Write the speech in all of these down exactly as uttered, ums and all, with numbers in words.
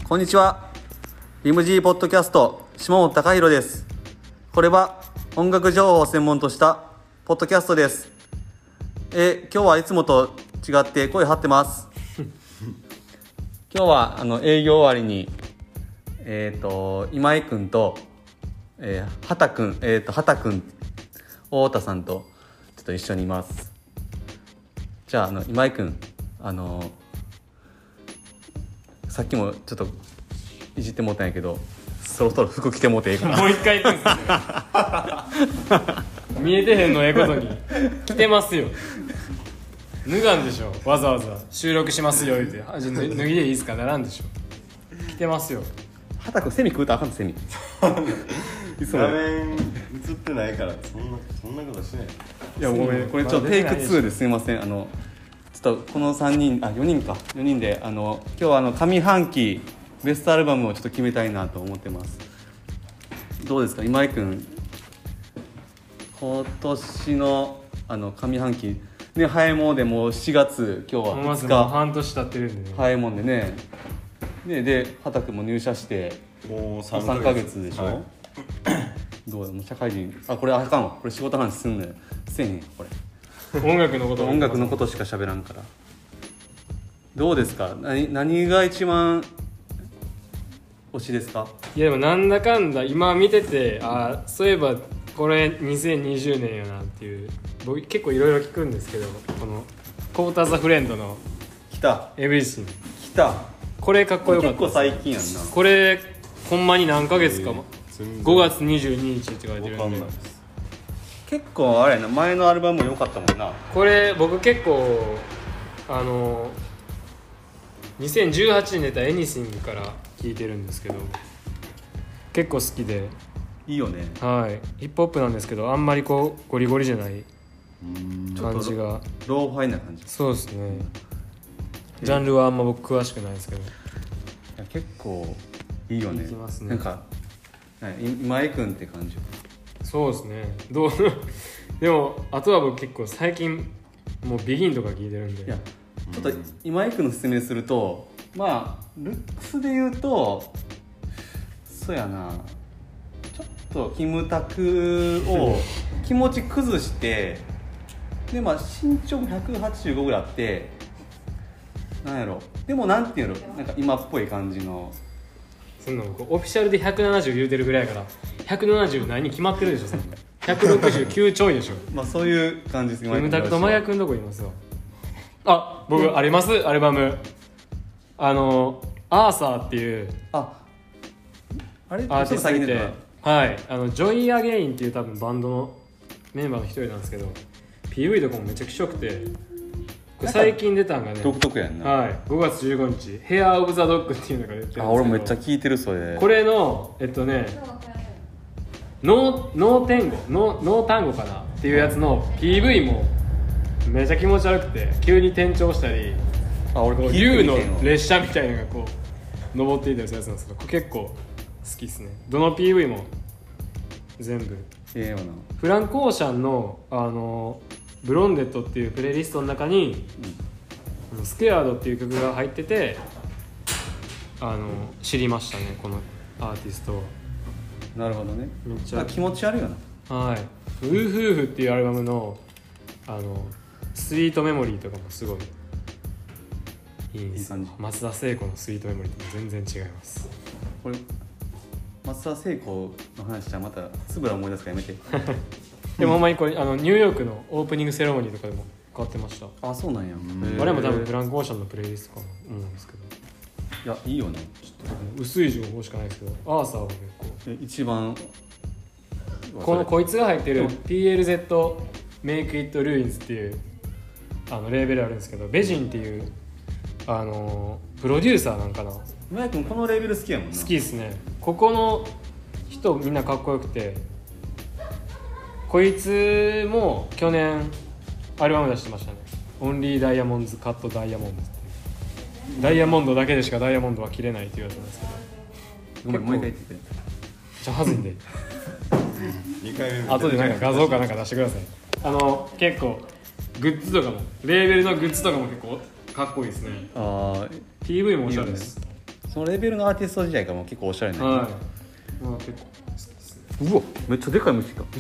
こんにちは。リムジーポッドキャスト下本隆弘です。これは音楽情報を専門としたポッドキャストです。え今日はいつもと違って声張ってます今日はあの営業終わりにえっ、ー、と今井くんと、えー、畑くんえっ、ー、と畑くん太田さんとちょっと一緒にいます。じゃあ、あの今井くんあのさっきもちょっといじってもうたんやけど、そろそろ服着てもうてええかなもう一回言うんですね見えてへんのええことに着てますよ。脱がんでしょ、わざわざ収録しますよ言うて脱ぎでいいですかならんでしょ。着てますよ。 畑くんセミ食うたらあかんのセミいつも画面映ってないからそんなそんなことしない。 いやごめん、これちょっとテイクツーですいません。あのちょっとこのさんにんあよにんかよにんであの今日はあの上半期ベストアルバムをちょっと決めたいなと思ってます。どうですか今井くん、今年のあの上半期ね、早いものでもうしがつ今日はふつか半年経ってるんでね、 早いもんでね。でで畑くんも入社してもうささんんかげつでしょ、 はい、 どうだもう社会人あこれあかんわ、これ仕事話すんのよせえへんこれ音楽のこと音楽のことしか喋らんから。どうですか、何何が一番推しですか？ いやでもなんだかんだ今見てて、あそういえばこれにせんにじゅうねんやなっていう、僕結構いろいろ聞くんですけど、このコーターザフレンドの来たエブリシング来た、 これかっこよかった結構最近やんな。 これほんまに何ヶ月か、 えー全然ごがつにじゅうににちって書いてるんで、 わかんないです。 結構あれやな、前のアルバムも良かったもんな。 これ僕結構あのにせんじゅうはちねんに出たエニシングから聴いてるんですけど結構好きで、 いいよね。 はいヒップホップなんですけどあんまりこうゴリゴリじゃないうん感じが、 ローファイな感じ。いそうですね。ジャンルはあんま僕詳しくないですけどや結構いいよね。 いきますねなんかい今井くんって感じ。 そうですね。どうでもあとは僕結構最近もうビギンとか聞いてるんで、 いやちょっと今井くんの説明すると、まあルックスで言うとそうやな、ちょっとキムタクを気持ち崩してでまあ身長もひゃくはちじゅうごぐらいあって、なんやろでもなんていうのなんか今っぽい感じの。 そんな僕オフィシャルでひゃくななじゅう言うてるぐらいやからひゃくななじゅう何に決まってるでしょそんなひゃくろくじゅうきゅうちょいでしょまあそういう感じです。 キムタクとマヤ君どこいますわ。あ僕、うん、ありますアルバム、あのアーサーっていうああれアーティストいて、はいあのジョイ・アゲインっていう多分バンドのメンバーの一人なんですけど ピーブイ とかもめちゃくちゃ良くて、これ最近出たんがね独特やんな、 はい、ごがつじゅうごにちヘア・オブ・ザ・ドッグっていうのが出てるんですけど、 あ俺めっちゃ聞いてるそれ。 これのえっとねノーノーテンゴノーノータンゴかなっていうやつの ピーブイ もめちゃ気持ち悪くて急に転調したり、 あ俺こう竜の列車みたいなのがこう登っていったやつなんですけど、これ結構好きですね。どの ピーブイ も全部ええよな。 フランク・オーシャンの、あのブロンデットっていうプレイリストの中に、うん、スケアードっていう曲が入ってて、あの知りましたねこのアーティストを。 なるほどね。 めっちゃ気持ち悪いよな。 はいウーフーフっていうアルバムのあのスイートメモリーとかもすごいいいんですよ。 いい感じ。 松田聖子のスイートメモリーと全然違います。 これ松田聖子の話じゃまたつぶら思い出すからやめてでもほんまにこれあのニューヨークのオープニングセレモニーとかでも変わってました。 あそうなんや。 あれも多分フランク・オーシャンのプレイリストかな思うんですけど、 いやいいよね。 ちょっと薄い情報しかないですけどアーサーは結構え一番このこいつが入ってる ピーエルゼット Make It Ruins っていうあのレーベルあるんですけど、ベジンっていうあのプロデューサーなんかな。 村井君このレーベル好きやもんな。 好きですね。ここの人みんなかっこよくて、こいつも去年アルバム出してましたね。オンリーダイヤモンズカットダイヤモンドっていう、ダイヤモンドだけでしかダイヤモンドは切れないっていうやつなんですけど、 ごめんもう一回言ってて。 じゃあはずいんでにかいめ後でなんか画像かなんか出してください。あの結構グッズとかもレーベルのグッズとかも結構かっこいいですね。 ああピーブイ もおしゃれです。 そのレベルのアーティスト自体がもう結構おしゃれな、 はい、まあ、結構好きですね。 うわめっちゃでかい虫か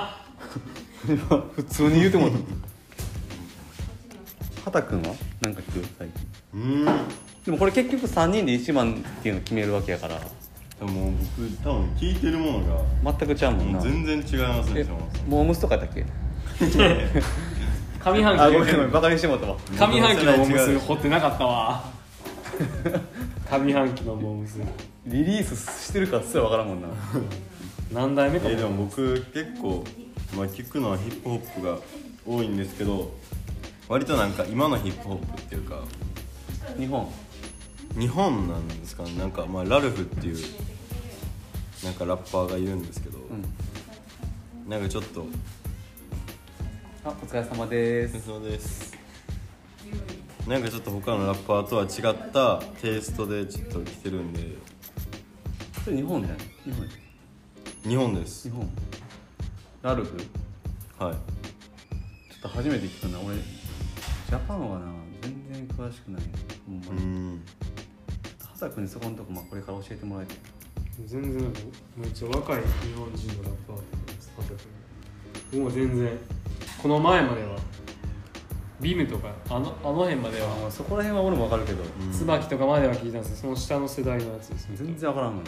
普通に言うてもらった畑くんはなんか聞く最近うーんでもこれ結局さんにんでいちばんっていうの決めるわけやからでも僕多分聞いてるものが全くちゃうもんな。 もう全然違いますね。 えモームスとかやったっけ上半期あごめんごめんバカにしてもらったわ上半期のモームス掘ってなかったわ上半期のモームスリリースしてるかすらわからんもんな何代目かも、 えー、でも僕結構、まあ、聞くのはヒップホップが多いんですけど割となんか今のヒップホップっていうか日本日本なんですかね。なんかまあラルフっていうなんかラッパーがいるんですけど、 うんなんかちょっとあお疲れ様ですそうですなんかちょっと他のラッパーとは違ったテイストでちょっと来てるんで。 それ日本じゃない日本日本です日本ラルフはい。 ちょっと初めて聞くな俺ジャパンはな全然詳しくないほんまうにん畑くんにそこのとこまあこれから教えてもらいたい全然なんかめっちゃ若い日本人のラッパーとかですもう全然この前まではビムとかあのあの辺まではあそこら辺は俺も分かるけど、 うん椿とかまでは聞いたんですけどその下の世代のやつですね。 全然分からんもんな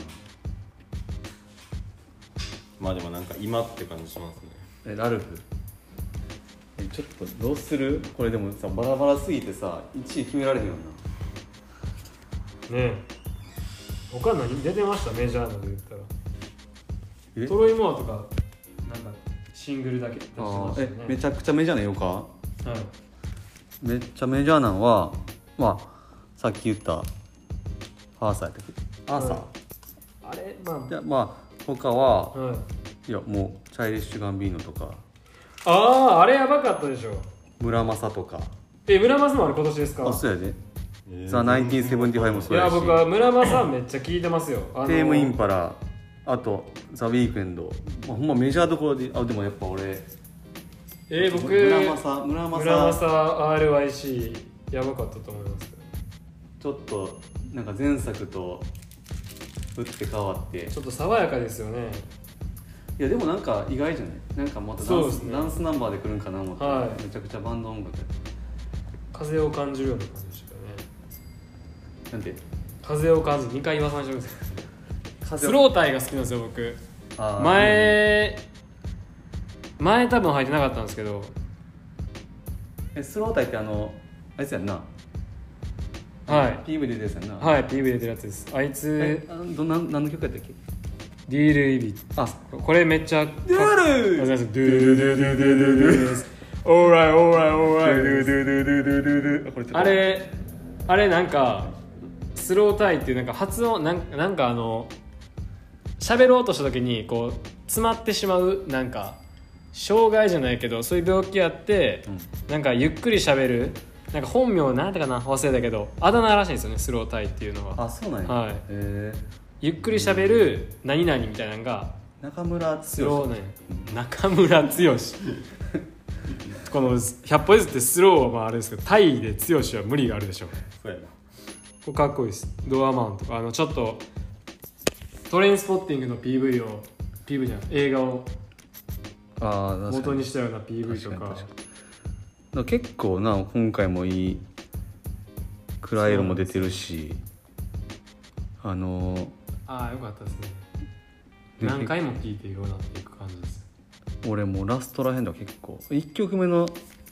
まあでもなんか今って感じしますね。 えラルフえちょっとどうするこれでもさバラバラすぎてさいちい決められへんよなねえ他何出てましたメジャーので言ったらえトロイモアとかなんかシングルだけ出してあましたよね。 えめちゃくちゃメジャーなよかはいめっちゃメジャーなのはまあさっき言ったアーサーやったっけアーサー、 はいあれまじゃあまあ他はあ、はい、 いやもうチャイリッシュガンビーノとかあああれやばかったでしょ。 村正とかえ村正もあれ今年ですか。 あそうやでえーザ・ナインティーセブンティファイブもそうやしいや僕は村正めっちゃ聞いてますよ。あのテームインパラあとザ・ウィークエンド、まあ、ほんまメジャーどころであでもやっぱ俺えー、僕村正村正村正 アールワイシー やばかったと思いますけちょっとなんか前作と打って変わってどちょっと爽やかですよね。 いやでもなんか意外じゃないなんかまたダンス,、 そうですねダンスナンバーで来るんかな思って、 はいめちゃくちゃバンド音楽やっ風を感じるような感じでしたね。 たなんで風を感じるにかい言わさましょう風スロータイが好きなんですよ僕。 あー前前多分入ってなかったんですけどえスロータイってあのあいつやんなはいピーブイ 出てるやつやんなはい ピーブイ 出てるやつです。あいえつあどなん何の曲やったっけディールイビあこれめっちゃデュールあすいませんドゥドゥドゥドゥドゥドゥドゥです。オーライオーライオーライドゥドゥドゥドゥドゥドゥドゥこれちょっとあれあれなんかスロータイっていうなんか発音なんなんかあの喋ろうとした時にこう詰まってしまうなんか障害じゃないけどそういう病気あって、うん、なんかゆっくり喋るなんか本名なんだかな忘れたけどあだ名らしいんですよねスロータイっていうのは。 あそうなんや、 はいへえゆっくり喋る何々みたいなのが中村剛スローね中村剛このひゃっぽ譲ってスローはまああれですけどタイで剛は無理があるでしょ。 そうやな。 これかっこいいです。ドアマンとかあのちょっとトレインスポッティングの ピーブイ を ピーブイ じゃない映画をああ元にしたような ピーブイ とか確かに確かにだから結構な今回もいい暗い色も出てるしあのー、 ああよかったですね。 で何回も聴いてようになっていく感じです。 俺もうラストらへんでは結構いっきょくめの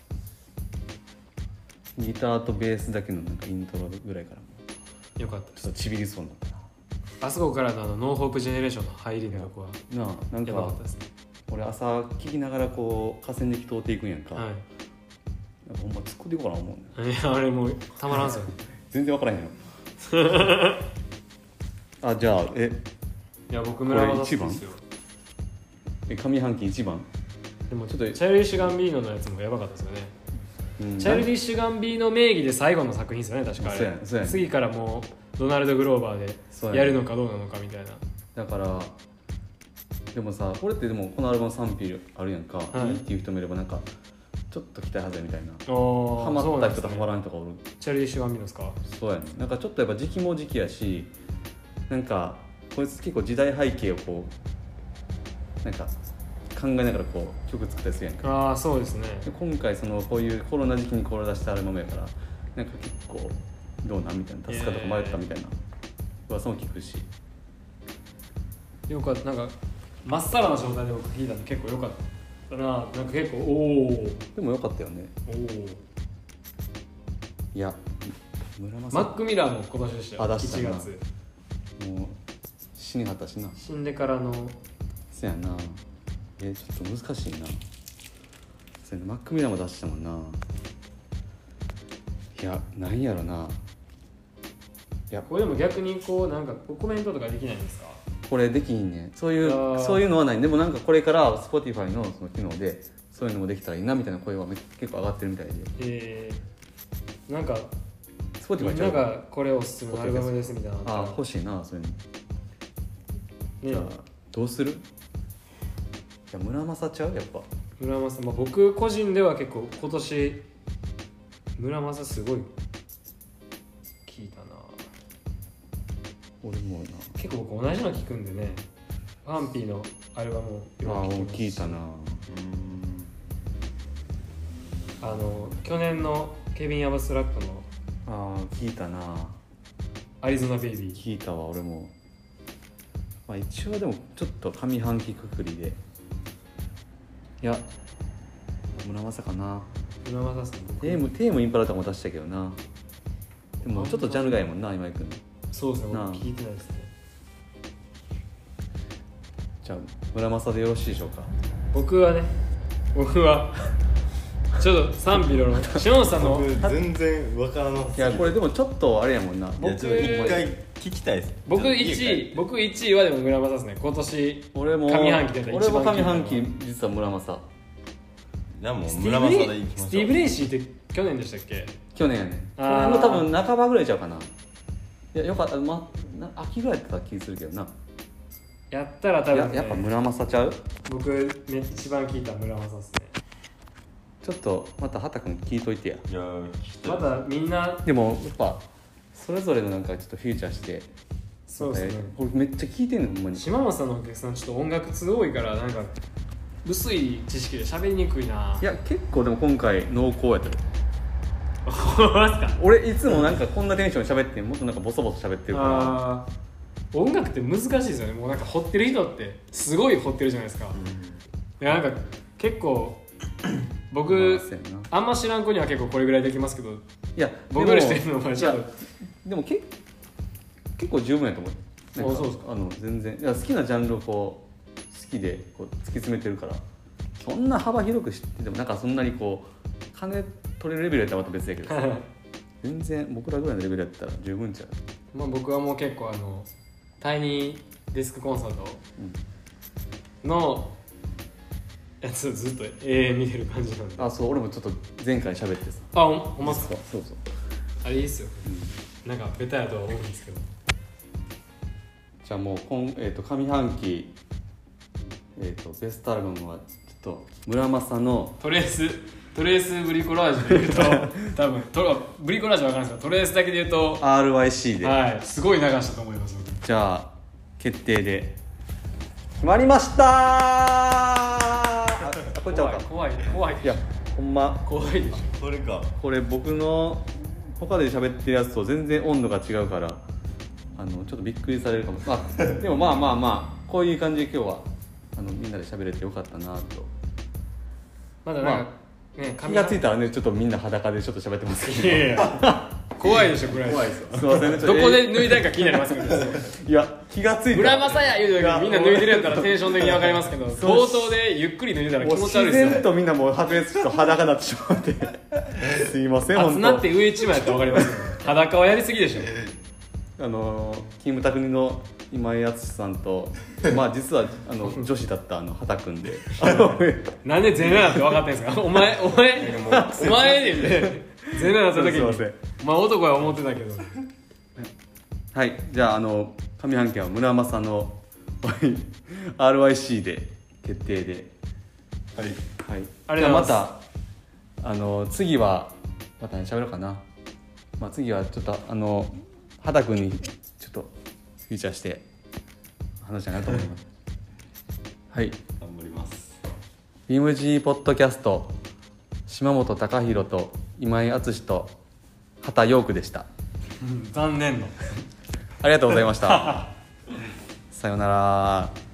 ギターとベースだけのなんかイントロぐらいからもよかったです。 ちょっとちびりそうになったあそこからのあのノーホープジェネレーションの入りのとこはななあなんやばかかったですね。 俺朝聴きながらこう河川敷通っていくんやんか、 はなんかほんま突っ込んでいこうかな思うねんい。いやあれもうたまらんすよね。 全然分からへんよあじゃあえいや僕村正好きですよ。 え上半期一番でもちょっとチャイルディッシュガンビーノのやつもやばかったですよね。 うんチャイルディッシュガンビーノ名義で最後の作品ですよね確かあそうやれそうや次からもうドナルド・グローバーそうやでやるのかどうなのかみたいな。 だからでもさこれってでもこのアルバム賛否あるやんか、 いいいっていう人もいればなんかちょっと期待外れみたいな、 ハハマった人とハマらん人がおる。 チャリー・シュワンミノですか？ そうやね。なんかちょっとやっぱ時期も時期やし、なんかこいつ結構時代背景をこうなんか考えながらこう曲作ったりするやんか。 ああそうですね。 で今回そのこういうコロナ時期にこれ出したアルバムやから、なんか結構どうなんみたいな、助かとか迷ったみたいな噂も聞くし、 よかった。なんかまっさらな状態で僕聞いたの結構よかったな。なんか結構おおでもよかったよね。 おお。 いや村正マック・ミラーも今年でしたよ。 あ出したないちがつもう死にはったしな。 死んでからのそやな。えちょっと難しいな。そやな、マックミラーも出したもんな。いやなんやろな。いやこれでも逆にこうなんかコメントとかできないんですか？ これできひんね。そういうあーそういうのはない。でもなんかこれから Spotify のその機能でそういうのもできたらいいなみたいな声はめ結構上がってるみたいで。 えー、なんか Spotify ちゃうみんながこれおすすめのアルバムですみたいなのああっー欲しいなそういうの。 たらねじゃあどうする？いや村正ちゃうやっぱ。 村正、まあ、僕個人では結構今年村正すごい聞いたな。 俺もな。 結構僕同じの聞くんでね。ファンピーのアルバムをああよくます聞いたな。 あの去年のケビン・アバストラクトのああ聞いたな。 アリゾナ・ベイビー。 聞いたわ俺も。まあ一応でもちょっと上半期くくりで。いや村正かな。 村正さん僕テームテームインパラタも出したけどな。でもちょっとジャンル外やもんな今井君。 そうですね、 なあ僕聞いてないですね。 じゃあ村正でよろしいでしょうか。 僕はね僕はちょっと賛否両論。シモンさんの僕全然わからなさすいぎてやこれでもちょっとあれやもんな。 いやちょっと一回聞きたいです。 僕ちょっと 1 家帰って位僕いちいはでも村正ですね。今年俺も上半期で俺も上半一番聞い期実は村正。 じゃあもうスティーブレ村正でいきましょう。 スティーブ・レイシーって去年でしたっけ？ 去年やね。去あー年の多分半ばぐらいちゃうかな。いやよかった、まな秋ぐらいだった気するけどな。 やったら多分、ね、 いややっぱ村正ちゃう。 僕め一番聞いた村正ですね。 ちょっとまた畑君聞いといてや。 いやー聞きたいまたみんなでもやっぱそれぞれのなんかちょっとフィーチャーして。 そうですね。 俺めっちゃ聞いてんのほんまに。 島本さんのお客さんちょっと音楽通多いからなんか薄い知識で喋りにくいな。 いや結構でも今回濃厚やったよ。 ほんまですか？ 俺いつもなんかこんなテンションで喋ってんもっとなんかボソボソ喋ってるかあー音楽って難しいですよね。もうなんか掘ってる人ってすごい掘ってるじゃないですか。いやなんか結構僕、 まあそうやなあんま知らん子には結構これぐらいできますけど、 ら。いや僕よりしてるのはいやちょっとでもけ結構十分やと思う。なんあそうですか。 あの全然いや好きなジャンルをこう好きでこう突き詰めてるから、そんな幅広く知っててもなんかそんなにこう金取れるレベルやったらまた別やけどさ全然僕らぐらいのレベルやったら十分ちゃう。 まあ僕はもう結構あのタイニーディスクコンサートのやつをずっと永遠見てる感じなんで。あ、 あそう俺もちょっと前回喋ってさ。 ほんほんまっすか？ そうそう。 あれいいっすよ。なんかベタやとは思うんですけど。 じゃあもう今、えー、と上半期、えー、とベストアルバムはちょっと村正のトレーストレースブリコラージュで言うと多分トブリコラージュは分からないですけどトレースだけで言うとアールワイシー で、 はいすごい流したと思います。 じゃあ決定で決まりましたー。あこれちゃうか。 怖い怖い怖いいやほんま怖いでしこれか。 これ僕の他で喋ってるやつと全然温度が違うからあのちょっとびっくりされるかも。あでもまあまあまあこういう感じで今日はあのみんなで喋れてよかったなと。 ょ。まだなんか、ね気がついたらねちょっとみんな裸でちょっと喋ってますけど。 いやいや怖いでしょこれ。 怖いですよ。 すいませんね。ちょっとどこで脱いだいか気になりますけどいや気がついた村正や言うときみんな脱いでるやったらテンション的に分かりますけどそう冒頭でゆっくり脱いだら気もう持ち悪い自ですよね。 然とみんなもう白熱ちょっと裸になってしまってすいません集本当まって上一枚やったら分かりますけど裸はやりすぎでしょ。 あのキムタクの今井敦さんとまあ実はあの女子だったあの畑くんであのなんで全裸だって分かってんすかお前お前お前でね全裸だった時にすいませんまあ男は思ってたけどはいじゃああの上半期は村正の アールワイシー で決定ではい。 はいありがとうございますじゃあまたあの次はまた何喋ろうかな、まあ、次はちょっとあの畑君にちょっとフィーチャーして話したいなと思いますはい、 頑張ります。 ビームジーポッドキャスト島本貴弘と今井敦と畑陽区でした。 残念のありがとうございましたさようなら。